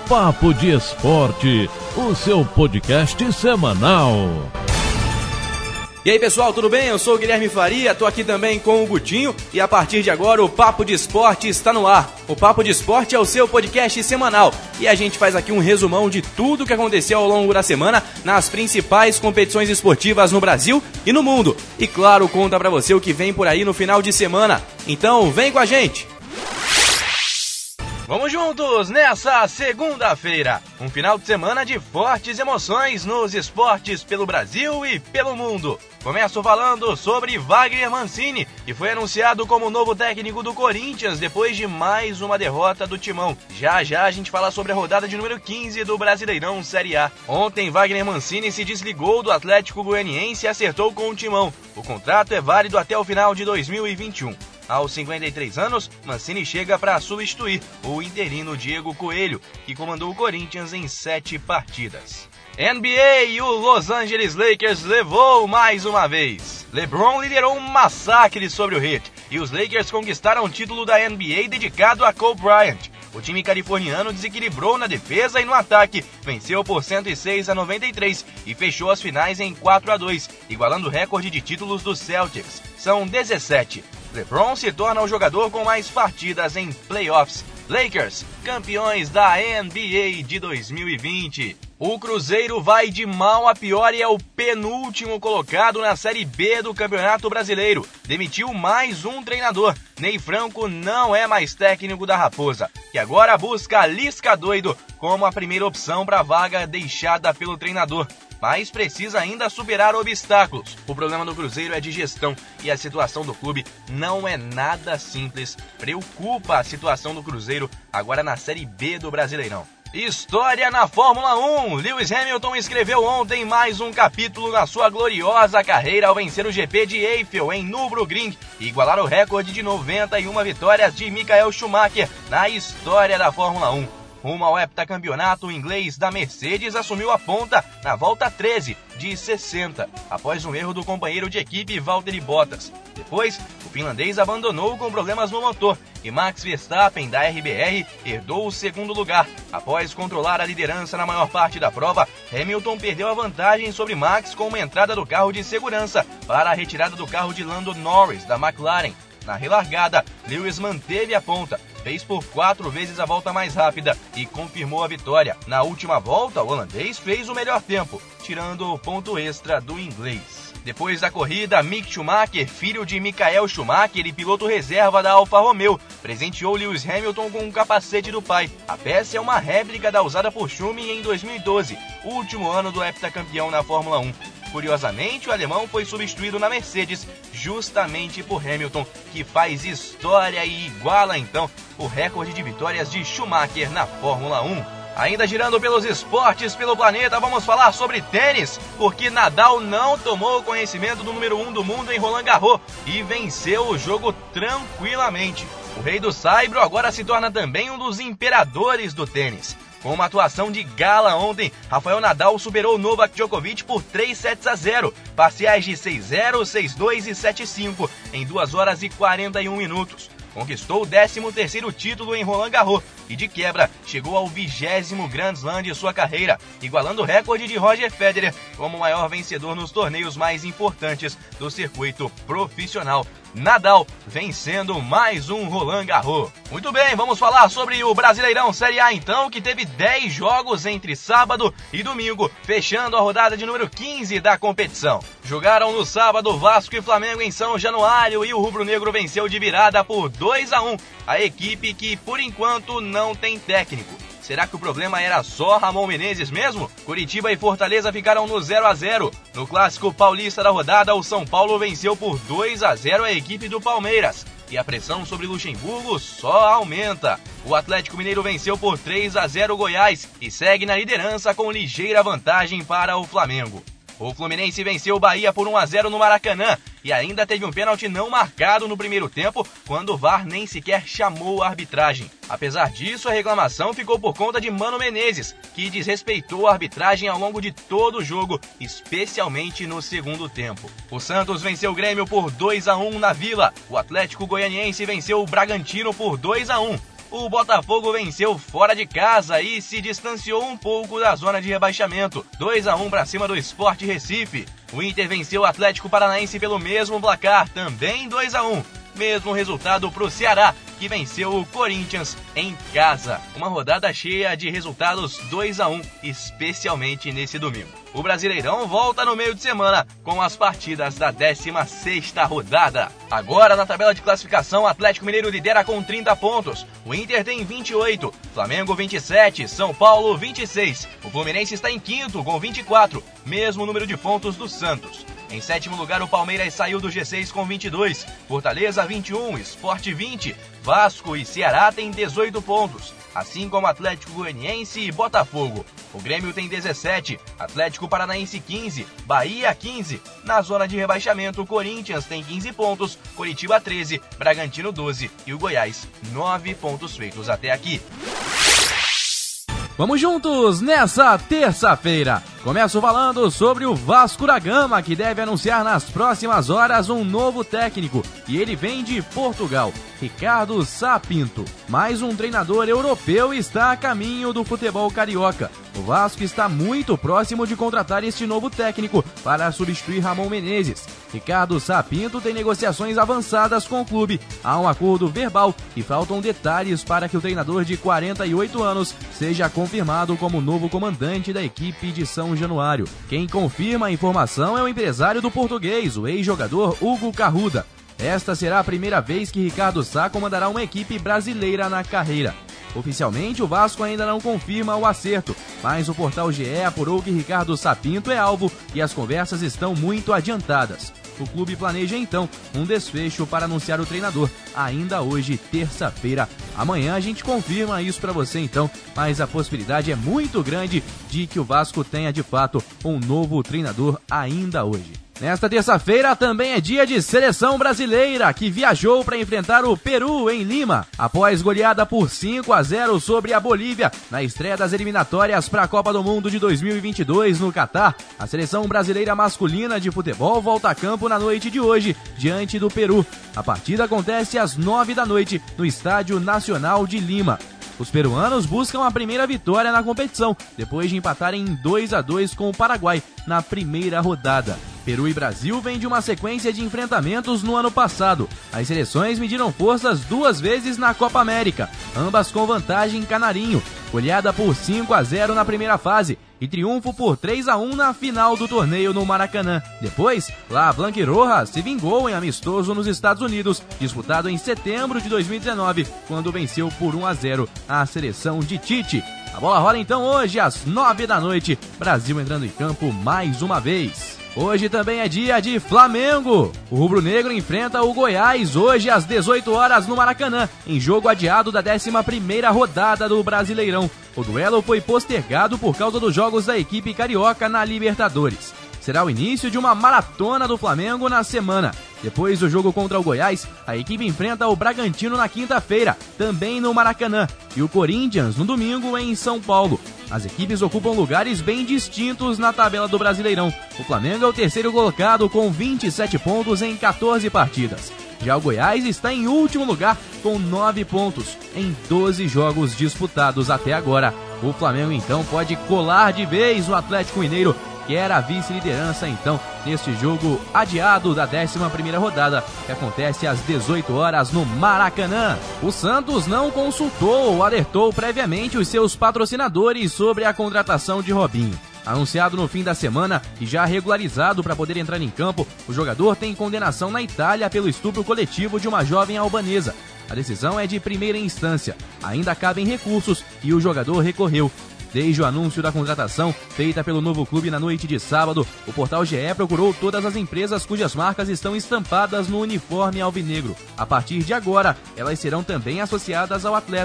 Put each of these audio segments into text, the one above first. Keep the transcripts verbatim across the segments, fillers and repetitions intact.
Papo de Esporte, o seu podcast semanal. E aí pessoal, tudo bem? Eu sou o Guilherme Faria, tô aqui também com o Gutinho e a partir de agora o Papo de Esporte está no ar. O Papo de Esporte é o seu podcast semanal e a gente faz aqui um resumão de tudo que aconteceu ao longo da semana nas principais competições esportivas no Brasil e no mundo. E claro, conta pra você o que vem por aí no final de semana. Então vem com a gente! Vamos juntos nessa segunda-feira, um final de semana de fortes emoções nos esportes pelo Brasil e pelo mundo. Começo falando sobre Wagner Mancini, que foi anunciado como novo técnico do Corinthians depois de mais uma derrota do Timão. Já já a gente fala sobre a rodada de número quinze do Brasileirão Série A. Ontem Wagner Mancini se desligou do Atlético Goianiense e acertou com o Timão. O contrato é válido até o final de dois mil e vinte e um. Aos cinquenta e três anos, Mancini chega para substituir o interino Diego Coelho, que comandou o Corinthians em sete partidas. N B A e o Los Angeles Lakers levou mais uma vez. LeBron liderou um massacre sobre o Heat e os Lakers conquistaram o título da N B A dedicado a Kobe Bryant. O time californiano desequilibrou na defesa e no ataque, venceu por cento e seis a noventa e três e fechou as finais em quatro a dois, igualando o recorde de títulos dos Celtics. São dezessete. LeBron se torna o jogador com mais partidas em playoffs. Lakers, campeões da N B A de dois mil e vinte. O Cruzeiro vai de mal a pior e é o penúltimo colocado na Série B do Campeonato Brasileiro. Demitiu mais um treinador. Ney Franco não é mais técnico da Raposa, que agora busca Lisca Doido como a primeira opção para a vaga deixada pelo treinador. Mas precisa ainda superar obstáculos. O problema do Cruzeiro é de gestão e a situação do clube não é nada simples. Preocupa a situação do Cruzeiro agora na Série B do Brasileirão. História na Fórmula um. Lewis Hamilton escreveu ontem mais um capítulo na sua gloriosa carreira ao vencer o G P de Eiffel em Nürburgring e igualar o recorde de noventa e uma vitórias de Michael Schumacher na história da Fórmula um. Rumo ao heptacampeonato, o inglês da Mercedes assumiu a ponta na volta treze de sessenta, após um erro do companheiro de equipe Valtteri Bottas. Depois, o finlandês abandonou com problemas no motor e Max Verstappen, da R B R, herdou o segundo lugar. Após controlar a liderança na maior parte da prova, Hamilton perdeu a vantagem sobre Max com uma entrada do carro de segurança para a retirada do carro de Lando Norris, da McLaren. Na relargada, Lewis manteve a ponta, fez por quatro vezes a volta mais rápida e confirmou a vitória. Na última volta, o holandês fez o melhor tempo, tirando o ponto extra do inglês. Depois da corrida, Mick Schumacher, filho de Michael Schumacher e piloto reserva da Alfa Romeo, presenteou Lewis Hamilton com um capacete do pai. A peça é uma réplica da usada por Schumi em dois mil e doze, último ano do heptacampeão na Fórmula um. Curiosamente, o alemão foi substituído na Mercedes justamente por Hamilton, que faz história e iguala então o recorde de vitórias de Schumacher na Fórmula um. Ainda girando pelos esportes pelo planeta, vamos falar sobre tênis, porque Nadal não tomou conhecimento do número um do mundo em Roland Garros e venceu o jogo tranquilamente. O rei do saibro agora se torna também um dos imperadores do tênis. Com uma atuação de gala ontem, Rafael Nadal superou Novak Djokovic por três sets a zero, parciais de seis a zero, seis a dois e sete a cinco, em duas horas e quarenta e um minutos. Conquistou o décimo terceiro título em Roland Garros e, de quebra, chegou ao vigésimo Grand Slam de sua carreira, igualando o recorde de Roger Federer como o maior vencedor nos torneios mais importantes do circuito profissional. Nadal vencendo mais um Roland Garros. Muito bem, vamos falar sobre o Brasileirão Série A então, que teve dez jogos entre sábado e domingo, fechando a rodada de número quinze da competição. Jogaram no sábado Vasco e Flamengo em São Januário e o rubro-negro venceu de virada por dois a um, a equipe que por enquanto não tem técnico. Será que o problema era só Ramon Menezes mesmo? Curitiba e Fortaleza ficaram no zero a zero. No clássico paulista da rodada, o São Paulo venceu por dois a zero a equipe do Palmeiras. E a pressão sobre Luxemburgo só aumenta. O Atlético Mineiro venceu por três a zero o Goiás e segue na liderança com ligeira vantagem para o Flamengo. O Fluminense venceu o Bahia por um a zero no Maracanã e ainda teve um pênalti não marcado no primeiro tempo, quando o V A R nem sequer chamou a arbitragem. Apesar disso, a reclamação ficou por conta de Mano Menezes, que desrespeitou a arbitragem ao longo de todo o jogo, especialmente no segundo tempo. O Santos venceu o Grêmio por dois a um na Vila. O Atlético Goianiense venceu o Bragantino por dois a um. o Botafogo venceu fora de casa e se distanciou um pouco da zona de rebaixamento. dois a um para cima do Sport Recife. O Inter venceu o Atlético Paranaense pelo mesmo placar, também dois a um. Mesmo resultado para o Ceará, que venceu o Corinthians em casa. Uma rodada cheia de resultados dois a um, especialmente nesse domingo. O Brasileirão volta no meio de semana com as partidas da décima sexta rodada. Agora na tabela de classificação, o Atlético Mineiro lidera com trinta pontos. O Inter tem vinte e oito, Flamengo vinte e sete, São Paulo vinte e seis. O Fluminense está em quinto com vinte e quatro, mesmo número de pontos do Santos. Em sétimo lugar, o Palmeiras saiu do G seis com vinte e dois, Fortaleza vinte e um, Sport vinte, Vasco e Ceará têm dezoito pontos, assim como Atlético Goianiense e Botafogo. O Grêmio tem dezessete, Atlético Paranaense quinze, Bahia quinze. Na zona de rebaixamento, o Corinthians tem quinze pontos, Coritiba treze, Bragantino doze e o Goiás nove pontos feitos até aqui. Vamos juntos nessa terça-feira. Começo falando sobre o Vasco da Gama, que deve anunciar nas próximas horas um novo técnico. E ele vem de Portugal, Ricardo Sá Pinto. Mais um treinador europeu está a caminho do futebol carioca. O Vasco está muito próximo de contratar este novo técnico para substituir Ramon Menezes. Ricardo Sá Pinto tem negociações avançadas com o clube. Há um acordo verbal e faltam detalhes para que o treinador de quarenta e oito anos seja confirmado como novo comandante da equipe de São Januário. Quem confirma a informação é o empresário do português, o ex-jogador Hugo Carruda. Esta será a primeira vez que Ricardo Sá comandará uma equipe brasileira na carreira. Oficialmente, o Vasco ainda não confirma o acerto, mas o portal G E apurou que Ricardo Sá Pinto é alvo e as conversas estão muito adiantadas. O clube planeja então um desfecho para anunciar o treinador, ainda hoje, terça-feira. Amanhã a gente confirma isso para você então, mas a possibilidade é muito grande de que o Vasco tenha de fato um novo treinador ainda hoje. Nesta terça-feira também é dia de seleção brasileira, que viajou para enfrentar o Peru em Lima, após goleada por cinco a zero sobre a Bolívia, na estreia das eliminatórias para a Copa do Mundo de dois mil e vinte e dois no Catar. A seleção brasileira masculina de futebol volta a campo na noite de hoje, diante do Peru. A partida acontece às nove da noite, no Estádio Nacional de Lima. Os peruanos buscam a primeira vitória na competição, depois de empatarem em dois a dois com o Paraguai na primeira rodada. Peru e Brasil vêm de uma sequência de enfrentamentos no ano passado. As seleções mediram forças duas vezes na Copa América, ambas com vantagem canarinho, goleada por cinco a zero na primeira fase e triunfo por três a um na final do torneio no Maracanã. Depois, La Blanquirroja se vingou em amistoso nos Estados Unidos, disputado em setembro de dois mil e dezenove, quando venceu por um a zero a seleção de Tite. A bola rola então hoje às nove da noite, Brasil entrando em campo mais uma vez. Hoje também é dia de Flamengo. O rubro-negro enfrenta o Goiás hoje às dezoito horas no Maracanã, em jogo adiado da décima primeira rodada do Brasileirão. O duelo foi postergado por causa dos jogos da equipe carioca na Libertadores. Será o início de uma maratona do Flamengo na semana. Depois do jogo contra o Goiás, a equipe enfrenta o Bragantino na quinta-feira, também no Maracanã, e o Corinthians no domingo em São Paulo. As equipes ocupam lugares bem distintos na tabela do Brasileirão. O Flamengo é o terceiro colocado com vinte e sete pontos em quatorze partidas. Já o Goiás está em último lugar com nove pontos em doze jogos disputados até agora. O Flamengo então pode colar de vez o Atlético Mineiro, que era a vice-liderança então neste jogo adiado da décima primeira rodada, que acontece às dezoito horas no Maracanã. O Santos não consultou ou alertou previamente os seus patrocinadores sobre a contratação de Robinho. Anunciado no fim da semana e já regularizado para poder entrar em campo, o jogador tem condenação na Itália pelo estupro coletivo de uma jovem albanesa. A decisão é de primeira instância, ainda cabem recursos e o jogador recorreu. Desde o anúncio da contratação, feita pelo novo clube na noite de sábado, o portal G E procurou todas as empresas cujas marcas estão estampadas no uniforme alvinegro. A partir de agora, elas serão também associadas ao atleta.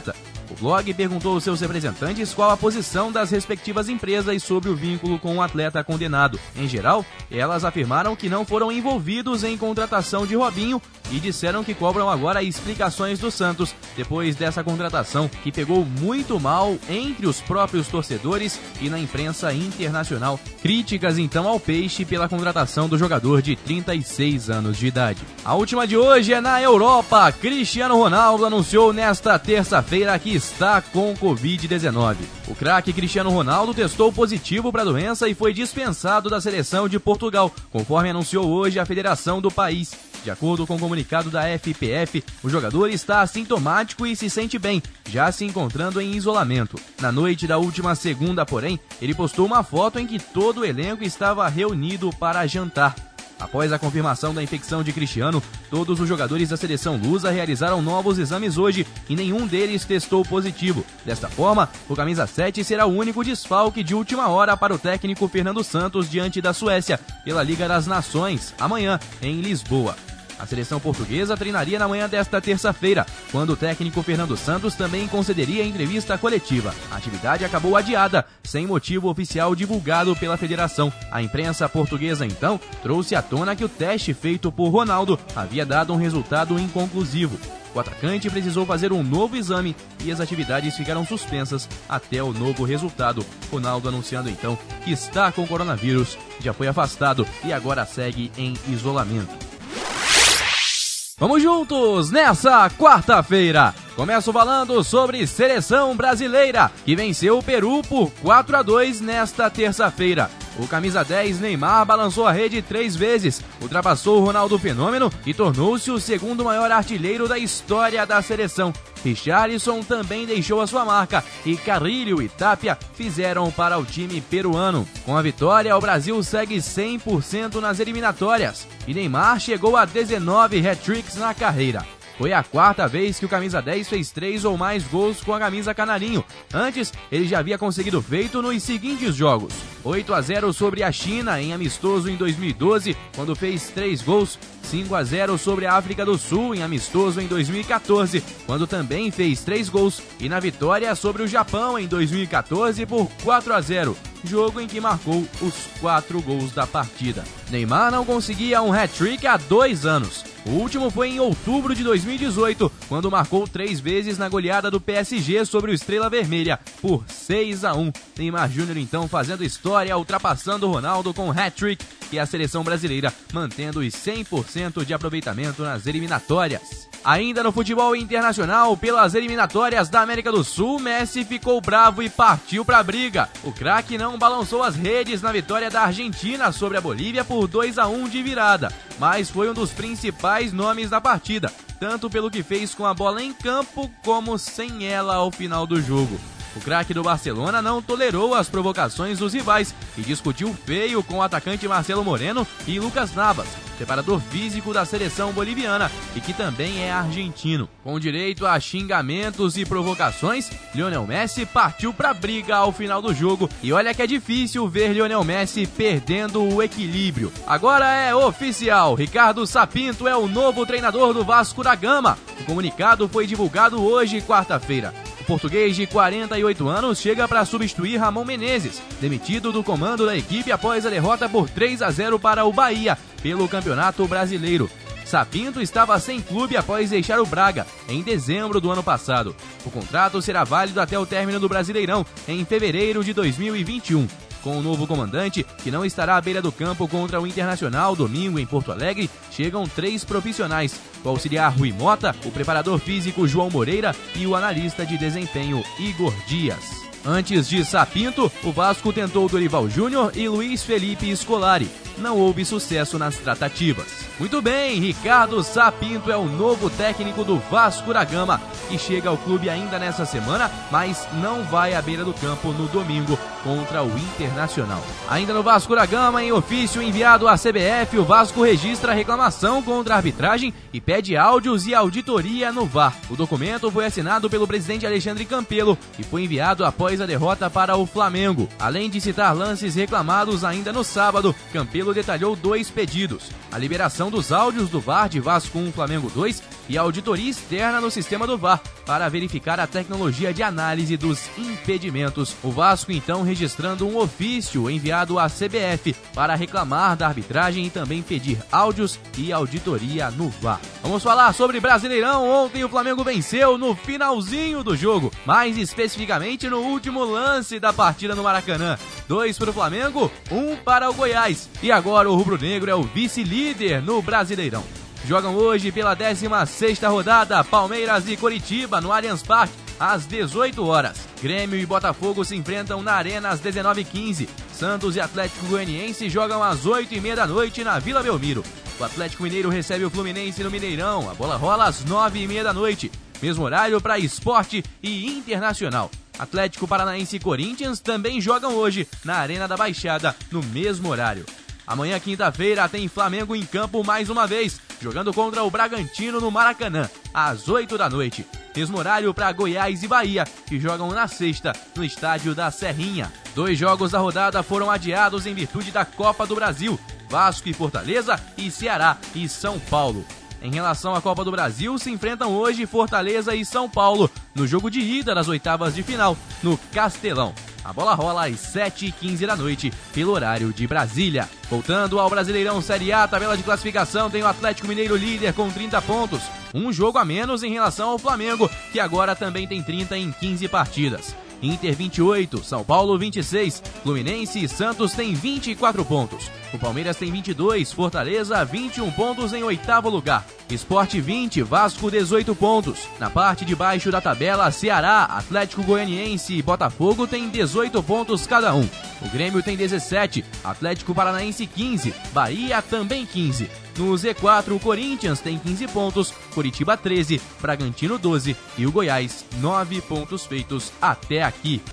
O blog perguntou aos seus representantes qual a posição das respectivas empresas sobre o vínculo com o atleta condenado. Em geral, elas afirmaram que não foram envolvidos em contratação de Robinho e disseram que cobram agora explicações do Santos depois dessa contratação que pegou muito mal entre os próprios torcedores e na imprensa internacional. Críticas então ao Peixe pela contratação do jogador de trinta e seis anos de idade. A última de hoje é na Europa. Cristiano Ronaldo anunciou nesta terça-feira que está com covid dezenove. O craque Cristiano Ronaldo testou positivo para a doença e foi dispensado da seleção de Portugal, conforme anunciou hoje a federação do país. De acordo com o comunicado da F P F, o jogador está assintomático e se sente bem, já se encontrando em isolamento. Na noite da última segunda, porém, ele postou uma foto em que todo o elenco estava reunido para jantar. Após a confirmação da infecção de Cristiano, todos os jogadores da seleção lusa realizaram novos exames hoje e nenhum deles testou positivo. Desta forma, o camisa sete será o único desfalque de última hora para o técnico Fernando Santos diante da Suécia, pela Liga das Nações, amanhã em Lisboa. A seleção portuguesa treinaria na manhã desta terça-feira, quando o técnico Fernando Santos também concederia entrevista coletiva. A atividade acabou adiada, sem motivo oficial divulgado pela federação. A imprensa portuguesa, então, trouxe à tona que o teste feito por Ronaldo havia dado um resultado inconclusivo. O atacante precisou fazer um novo exame e as atividades ficaram suspensas até o novo resultado. Ronaldo anunciando então que está com coronavírus, já foi afastado e agora segue em isolamento. Vamos juntos nessa quarta-feira. Começo falando sobre seleção brasileira, que venceu o Peru por quatro a dois nesta terça-feira. O camisa dez Neymar balançou a rede três vezes, ultrapassou o Ronaldo Fenômeno e tornou-se o segundo maior artilheiro da história da seleção. Richarlison também deixou a sua marca e Carrilho e Tapia fizeram para o time peruano. Com a vitória, o Brasil segue cem por cento nas eliminatórias e Neymar chegou a dezenove hat-tricks na carreira. Foi a quarta vez que o camisa dez fez três ou mais gols com a camisa canarinho. Antes, ele já havia conseguido feito nos seguintes jogos: oito a zero sobre a China em amistoso em dois mil e doze, quando fez três gols, cinco a zero sobre a África do Sul em amistoso em dois mil e quatorze, quando também fez três gols, e na vitória sobre o Japão em dois mil e quatorze por quatro a zero, jogo em que marcou os quatro gols da partida. Neymar não conseguia um hat-trick há dois anos. O último foi em outubro de dois mil e dezoito, quando marcou três vezes na goleada do P S G sobre o Estrela Vermelha, por seis a um. Neymar Júnior então fazendo história, ultrapassando o Ronaldo com hat-trick e a seleção brasileira mantendo os cem por cento de aproveitamento nas eliminatórias. Ainda no futebol internacional, pelas eliminatórias da América do Sul, Messi ficou bravo e partiu pra briga. O craque não balançou as redes na vitória da Argentina sobre a Bolívia por dois a um de virada, mas foi um dos principais nomes da partida, tanto pelo que fez com a bola em campo como sem ela ao final do jogo. O craque do Barcelona não tolerou as provocações dos rivais e discutiu feio com o atacante Marcelo Moreno e Lucas Navas, preparador físico da seleção boliviana e que também é argentino. Com direito a xingamentos e provocações, Lionel Messi partiu pra briga ao final do jogo e olha que é difícil ver Lionel Messi perdendo o equilíbrio. Agora é oficial, Ricardo Sapinto é o novo treinador do Vasco da Gama. O comunicado foi divulgado hoje, quarta-feira. O português de quarenta e oito anos chega para substituir Ramon Menezes, demitido do comando da equipe após a derrota por três a zero para o Bahia pelo Campeonato Brasileiro. Sapinto estava sem clube após deixar o Braga em dezembro do ano passado. O contrato será válido até o término do Brasileirão em fevereiro de dois mil e vinte e um. Com o novo comandante, que não estará à beira do campo contra o Internacional domingo em Porto Alegre, chegam três profissionais: o auxiliar Rui Mota, o preparador físico João Moreira e o analista de desempenho Igor Dias. Antes de Sapinto, o Vasco tentou Dorival Júnior e Luiz Felipe Scolari. Não houve sucesso nas tratativas. Muito bem, Ricardo Sapinto é o novo técnico do Vasco da Gama, que chega ao clube ainda nessa semana, mas não vai à beira do campo no domingo contra o Internacional. Ainda no Vasco da Gama, em ofício enviado à C B F, o Vasco registra reclamação contra a arbitragem e pede áudios e auditoria no V A R. O documento foi assinado pelo presidente Alexandre Campelo e foi enviado após a derrota para o Flamengo. Além de citar lances reclamados ainda no sábado, Campelo Camilo detalhou dois pedidos: a liberação dos áudios do V A R de Vasco um Flamengo dois e a auditoria externa no sistema do V A R para verificar a tecnologia de análise dos impedimentos. O Vasco então registrando um ofício enviado à C B F para reclamar da arbitragem e também pedir áudios e auditoria no V A R. Vamos falar sobre Brasileirão. Ontem o Flamengo venceu no finalzinho do jogo, mais especificamente no último lance da partida no Maracanã. Dois para o Flamengo, um para o Goiás. E agora o rubro-negro é o vice-líder no Brasileirão. Jogam hoje pela décima sexta rodada Palmeiras e Coritiba no Allianz Parque às dezoito horas. Grêmio e Botafogo se enfrentam na Arena às dezenove e quinze. Santos e Atlético Goianiense jogam às oito e meia da noite na Vila Belmiro. O Atlético Mineiro recebe o Fluminense no Mineirão. A bola rola às nove e meia da noite. Mesmo horário para Sport e Internacional. Atlético Paranaense e Corinthians também jogam hoje na Arena da Baixada no mesmo horário. Amanhã, quinta-feira, tem Flamengo em campo mais uma vez, jogando contra o Bragantino no Maracanã, às oito da noite. Mesmo horário para Goiás e Bahia, que jogam na sexta, no estádio da Serrinha. Dois jogos da rodada foram adiados em virtude da Copa do Brasil: Vasco e Fortaleza e Ceará e São Paulo. Em relação à Copa do Brasil, se enfrentam hoje Fortaleza e São Paulo, no jogo de ida das oitavas de final, no Castelão. A bola rola às sete e quinze da noite, pelo horário de Brasília. Voltando ao Brasileirão Série A, tabela de classificação tem o Atlético Mineiro líder com trinta pontos, um jogo a menos em relação ao Flamengo, que agora também tem trinta em quinze partidas. Inter vinte e oito, São Paulo vinte e seis, Fluminense e Santos têm vinte e quatro pontos. O Palmeiras tem vinte e dois, Fortaleza vinte e um pontos em oitavo lugar. Sport vinte, Vasco dezoito pontos. Na parte de baixo da tabela, Ceará, Atlético Goianiense e Botafogo têm dezoito pontos cada um. O Grêmio tem dezessete, Atlético Paranaense quinze, Bahia também quinze. No Z quatro, o Corinthians tem quinze pontos, Coritiba treze, Bragantino doze e o Goiás nove pontos feitos até aqui.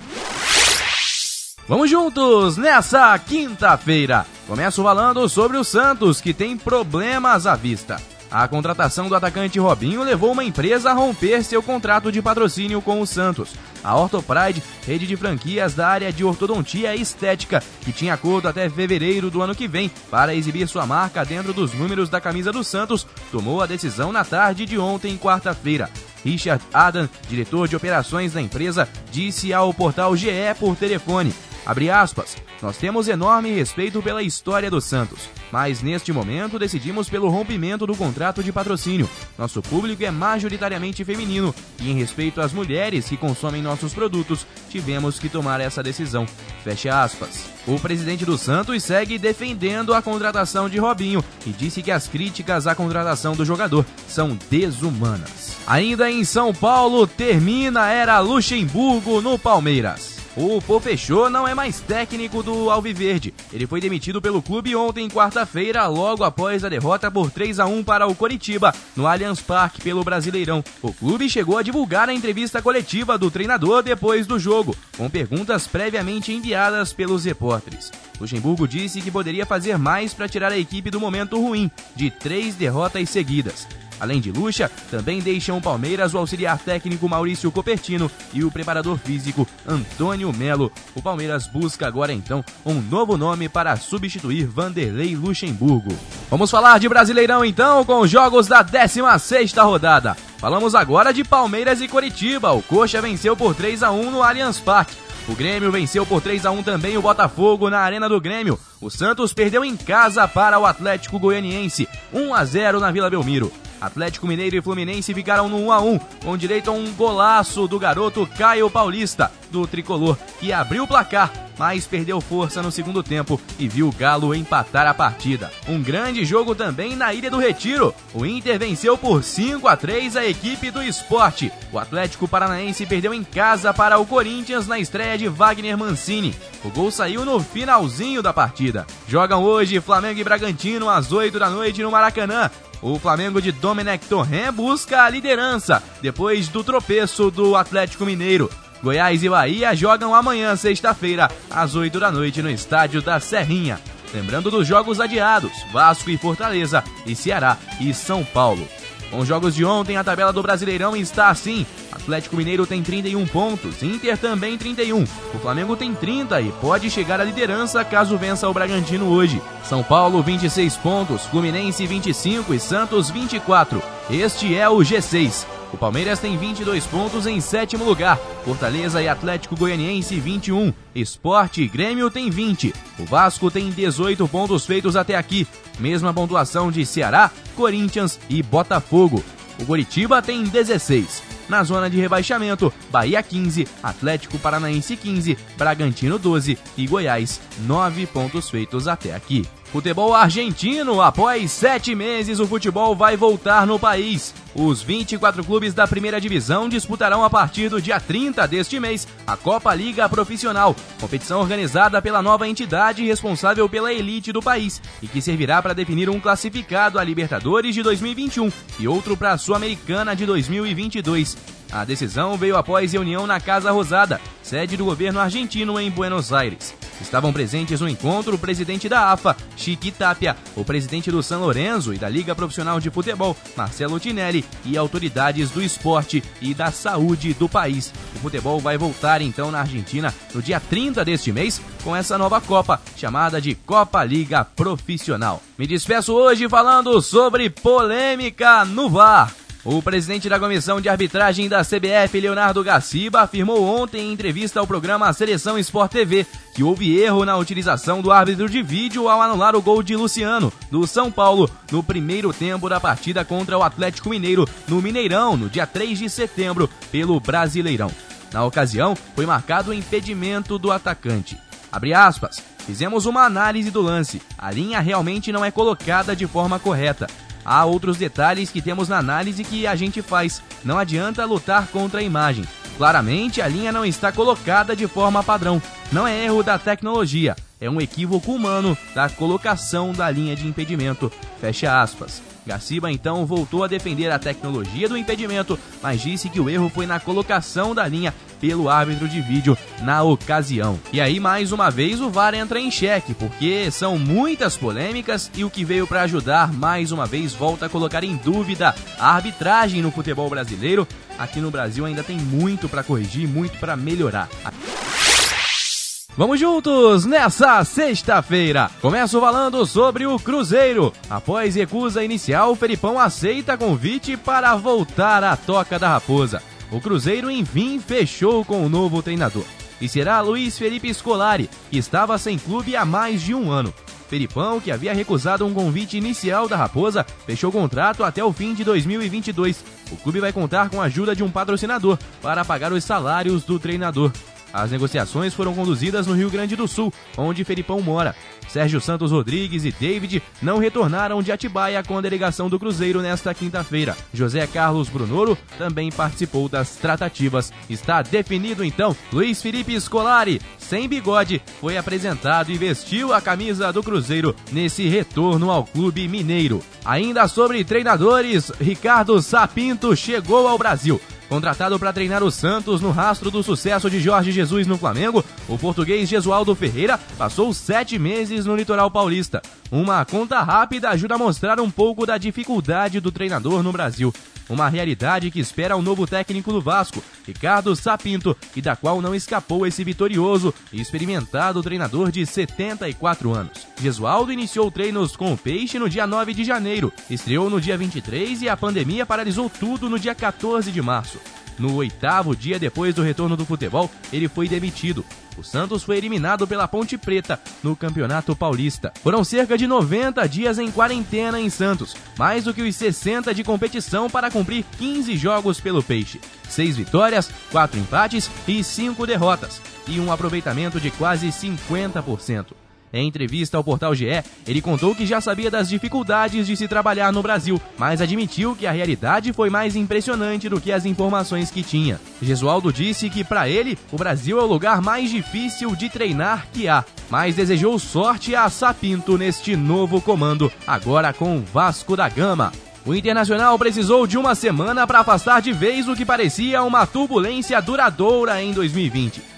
Vamos juntos nessa quinta-feira. Começo falando sobre o Santos, que tem problemas à vista. A contratação do atacante Robinho levou uma empresa a romper seu contrato de patrocínio com o Santos. A Orthopride, rede de franquias da área de ortodontia e estética, que tinha acordo até fevereiro do ano que vem para exibir sua marca dentro dos números da camisa do Santos, tomou a decisão na tarde de ontem, quarta-feira. Richard Adam, diretor de operações da empresa, disse ao portal G E por telefone, abre aspas, nós temos enorme respeito pela história do Santos, mas neste momento decidimos pelo rompimento do contrato de patrocínio. Nosso público é majoritariamente feminino e em respeito às mulheres que consomem nossos produtos, tivemos que tomar essa decisão. Fecha aspas. O presidente do Santos segue defendendo a contratação de Robinho e disse que as críticas à contratação do jogador são desumanas. Ainda em São Paulo, termina a era Luxemburgo no Palmeiras. O Pofechô não é mais técnico do Alviverde. Ele foi demitido pelo clube ontem, quarta-feira, logo após a derrota por três a um para o Coritiba, no Allianz Parque pelo Brasileirão. O clube chegou a divulgar a entrevista coletiva do treinador depois do jogo, com perguntas previamente enviadas pelos repórteres. Luxemburgo disse que poderia fazer mais para tirar a equipe do momento ruim, de três derrotas seguidas. Além de Lucha, também deixam o Palmeiras o auxiliar técnico Maurício Copertino e o preparador físico Antônio Melo. O Palmeiras busca agora então um novo nome para substituir Vanderlei Luxemburgo. Vamos falar de Brasileirão então com os jogos da décima sexta rodada. Falamos agora de Palmeiras e Coritiba. O Coxa venceu por três a um no Allianz Parque. O Grêmio venceu por três a um também o Botafogo na Arena do Grêmio. O Santos perdeu em casa para o Atlético Goianiense, um a zero na Vila Belmiro. Atlético Mineiro e Fluminense ficaram no um a um, com direito a um golaço do garoto Caio Paulista, do Tricolor, que abriu o placar, mas perdeu força no segundo tempo e viu o Galo empatar a partida. Um grande jogo também na Ilha do Retiro. O Inter venceu por cinco a três a equipe do Sport. O Atlético Paranaense perdeu em casa para o Corinthians na estreia de Wagner Mancini. O gol saiu no finalzinho da partida. Jogam hoje Flamengo e Bragantino às oito da noite no Maracanã. O Flamengo de Domenech Torrent busca a liderança depois do tropeço do Atlético Mineiro. Goiás e Bahia jogam amanhã, sexta-feira, às oito da noite no estádio da Serrinha. Lembrando dos jogos adiados, Vasco e Fortaleza, e Ceará e São Paulo. Com os jogos de ontem, a tabela do Brasileirão está assim: Atlético Mineiro tem trinta e um pontos, Inter também trinta e um, o Flamengo tem trinta e pode chegar à liderança caso vença o Bragantino hoje. São Paulo vinte e seis pontos, Fluminense vinte e cinco e Santos vinte e quatro. Este é o G seis. O Palmeiras tem vinte e dois pontos em sétimo lugar, Fortaleza e Atlético Goianiense vinte e um, Sport e Grêmio tem vinte, o Vasco tem dezoito pontos feitos até aqui, mesma pontuação de Ceará, Corinthians e Botafogo. O Coritiba tem dezesseis. Na zona de rebaixamento, Bahia quinze, Atlético Paranaense quinze, Bragantino doze e Goiás nove pontos feitos até aqui. Futebol argentino, após sete meses o futebol vai voltar no país. Os vinte e quatro clubes da primeira divisão disputarão a partir do dia trinta deste mês a Copa Liga Profissional, competição organizada pela nova entidade responsável pela elite do país e que servirá para definir um classificado à Libertadores de dois mil e vinte e um e outro para a Sul-Americana de dois mil e vinte e dois. A decisão veio após reunião na Casa Rosada, sede do governo argentino em Buenos Aires. Estavam presentes no encontro o presidente da A F A, Chiqui Tapia, o presidente do San Lorenzo e da Liga Profissional de Futebol, Marcelo Tinelli, e autoridades do esporte e da saúde do país. O futebol vai voltar então na Argentina no dia trinta deste mês com essa nova Copa, chamada de Copa Liga Profissional. Me despeço hoje falando sobre polêmica no V A R. O presidente da Comissão de Arbitragem da C B F, Leonardo Gaciba, afirmou ontem em entrevista ao programa Seleção Sport T V que houve erro na utilização do árbitro de vídeo ao anular o gol de Luciano, do São Paulo, no primeiro tempo da partida contra o Atlético Mineiro, no Mineirão, no dia três de setembro, pelo Brasileirão. Na ocasião, foi marcado o impedimento do atacante. Abre aspas, fizemos uma análise do lance. A linha realmente não é colocada de forma correta. Há outros detalhes que temos na análise que a gente faz. Não adianta lutar contra a imagem. Claramente, a linha não está colocada de forma padrão. Não é erro da tecnologia. É um equívoco humano da colocação da linha de impedimento. Fecha aspas. Gaciba então voltou a defender a tecnologia do impedimento, mas disse que o erro foi na colocação da linha pelo árbitro de vídeo na ocasião. E aí, mais uma vez, o V A R entra em xeque, porque são muitas polêmicas e o que veio para ajudar, mais uma vez, volta a colocar em dúvida a arbitragem no futebol brasileiro. Aqui no Brasil ainda tem muito para corrigir, muito para melhorar. Vamos juntos nessa sexta-feira. Começo falando sobre o Cruzeiro. Após recusa inicial, o Felipão aceita convite para voltar à Toca da Raposa. O Cruzeiro, enfim, fechou com o novo treinador. E será Luiz Felipe Scolari, que estava sem clube há mais de um ano. Felipão, que havia recusado um convite inicial da Raposa, fechou contrato até o fim de dois mil e vinte e dois. O clube vai contar com a ajuda de um patrocinador para pagar os salários do treinador. As negociações foram conduzidas no Rio Grande do Sul, onde Felipão mora. Sérgio Santos Rodrigues e David não retornaram de Atibaia com a delegação do Cruzeiro nesta quinta-feira. José Carlos Brunoro também participou das tratativas. Está definido então, Luiz Felipe Scolari, sem bigode, foi apresentado e vestiu a camisa do Cruzeiro nesse retorno ao clube mineiro. Ainda sobre treinadores, Ricardo Sapinto chegou ao Brasil. Contratado para treinar o Santos no rastro do sucesso de Jorge Jesus no Flamengo, o português Jesualdo Ferreira passou sete meses no litoral paulista. Uma conta rápida ajuda a mostrar um pouco da dificuldade do treinador no Brasil. Uma realidade que espera o novo técnico do Vasco, Ricardo Sapinto, e da qual não escapou esse vitorioso e experimentado treinador de setenta e quatro anos. Jesualdo iniciou treinos com o Peixe no dia nove de janeiro, estreou no dia vinte e três e a pandemia paralisou tudo no dia quatorze de março. No oitavo dia depois do retorno do futebol, ele foi demitido. O Santos foi eliminado pela Ponte Preta no Campeonato Paulista. Foram cerca de noventa dias em quarentena em Santos, mais do que os sessenta de competição para cumprir quinze jogos pelo Peixe. Seis vitórias, quatro empates e cinco derrotas, e um aproveitamento de quase cinquenta por cento. Em entrevista ao portal G E, ele contou que já sabia das dificuldades de se trabalhar no Brasil, mas admitiu que a realidade foi mais impressionante do que as informações que tinha. Jesualdo disse que, para ele, o Brasil é o lugar mais difícil de treinar que há, mas desejou sorte a Sapinto neste novo comando, agora com o Vasco da Gama. O Internacional precisou de uma semana para afastar de vez o que parecia uma turbulência duradoura em dois mil e vinte.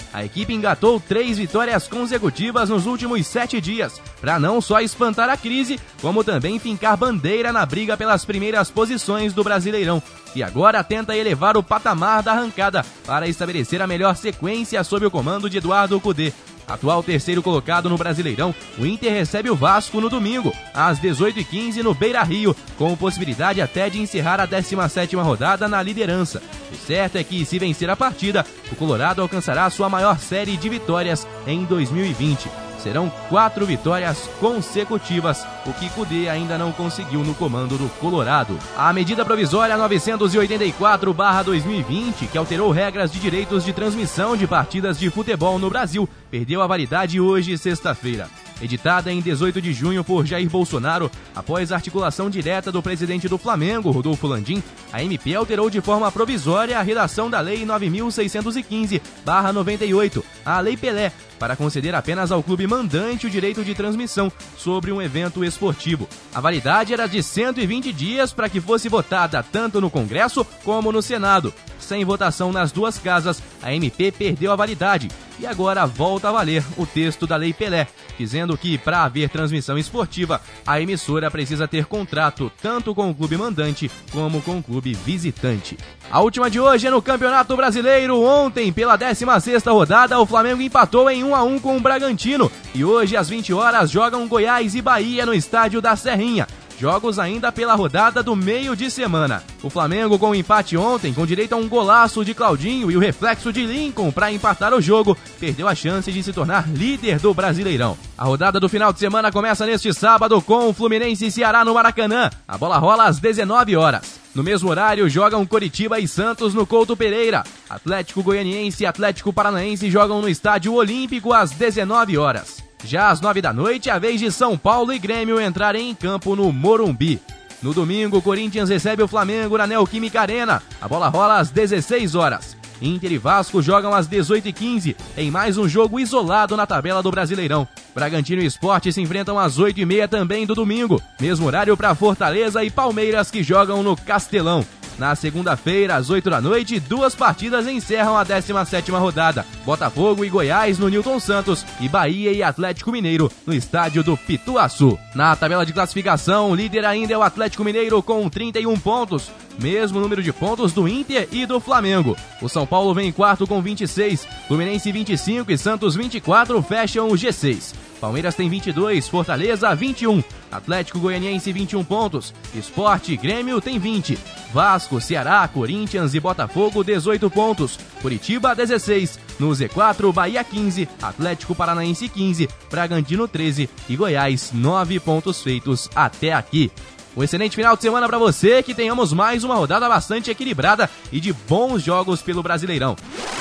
a equipe engatou três vitórias consecutivas nos últimos sete dias, para não só espantar a crise, como também fincar bandeira na briga pelas primeiras posições do Brasileirão. E agora tenta elevar o patamar da arrancada para estabelecer a melhor sequência sob o comando de Eduardo Cudê. Atual terceiro colocado no Brasileirão, o Inter recebe o Vasco no domingo, às dezoito e quinze no Beira-Rio, com possibilidade até de encerrar a décima sétima rodada na liderança. O certo é que, se vencer a partida, o Colorado alcançará sua maior série de vitórias em dois mil e vinte. Serão quatro vitórias consecutivas, o que Cudê ainda não conseguiu no comando do Colorado. A medida provisória novecentos e oitenta e quatro barra dois mil e vinte, que alterou regras de direitos de transmissão de partidas de futebol no Brasil, perdeu a validade hoje, sexta-feira. Editada em dezoito de junho por Jair Bolsonaro, após a articulação direta do presidente do Flamengo, Rodolfo Landim, a M P alterou de forma provisória a redação da Lei nove mil seiscentos e quinze barra noventa e oito, a Lei Pelé, para conceder apenas ao clube mandante o direito de transmissão sobre um evento esportivo. A validade era de cento e vinte dias para que fosse votada tanto no Congresso como no Senado. Sem votação nas duas casas, a M P perdeu a validade e agora volta a valer o texto da Lei Pelé, dizendo que, para haver transmissão esportiva, a emissora precisa ter contrato tanto com o clube mandante como com o clube visitante. A última de hoje é no Campeonato Brasileiro. Ontem, pela décima sexta rodada, o Flamengo empatou em um a um com o Bragantino e hoje, às vinte horas, jogam Goiás e Bahia no estádio da Serrinha. Jogos ainda pela rodada do meio de semana. O Flamengo, com o empate ontem, com direito a um golaço de Claudinho e o reflexo de Lincoln para empatar o jogo, perdeu a chance de se tornar líder do Brasileirão. A rodada do final de semana começa neste sábado com o Fluminense e Ceará no Maracanã. A bola rola às dezenove horas. No mesmo horário, jogam Coritiba e Santos no Couto Pereira. Atlético Goianiense e Atlético Paranaense jogam no Estádio Olímpico às dezenove horas. Já às nove da noite, é a vez de São Paulo e Grêmio entrarem em campo no Morumbi. No domingo, o Corinthians recebe o Flamengo na Neoquímica Arena. A bola rola às dezesseis horas. Inter e Vasco jogam às dezoito e quinze, em mais um jogo isolado na tabela do Brasileirão. Bragantino e Sport se enfrentam às oito e meia também do domingo. Mesmo horário para Fortaleza e Palmeiras, que jogam no Castelão. Na segunda-feira, às oito da noite, duas partidas encerram a décima sétima rodada. Botafogo e Goiás no Newton Santos e Bahia e Atlético Mineiro no estádio do Pituaçu. Na tabela de classificação, o líder ainda é o Atlético Mineiro com trinta e um pontos, mesmo número de pontos do Inter e do Flamengo. O São Paulo vem em quarto com vinte e seis, Fluminense vinte e cinco e Santos vinte e quatro fecham o G seis. Palmeiras tem vinte e dois, Fortaleza vinte e um, Atlético Goianiense vinte e um pontos, Sport e Grêmio tem vinte, Vasco, Ceará, Corinthians e Botafogo dezoito pontos, Curitiba dezesseis, no Z quatro Bahia quinze, Atlético Paranaense quinze, Bragantino treze e Goiás nove pontos feitos até aqui. Um excelente final de semana para você, que tenhamos mais uma rodada bastante equilibrada e de bons jogos pelo Brasileirão.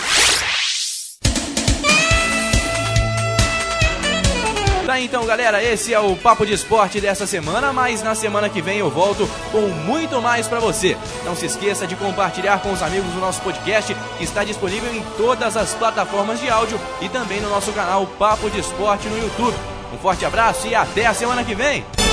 Tá, então, galera, esse é o Papo de Esporte dessa semana, mas na semana que vem eu volto com muito mais pra você. Não se esqueça de compartilhar com os amigos o nosso podcast, que está disponível em todas as plataformas de áudio e também no nosso canal Papo de Esporte no YouTube. Um forte abraço e até a semana que vem!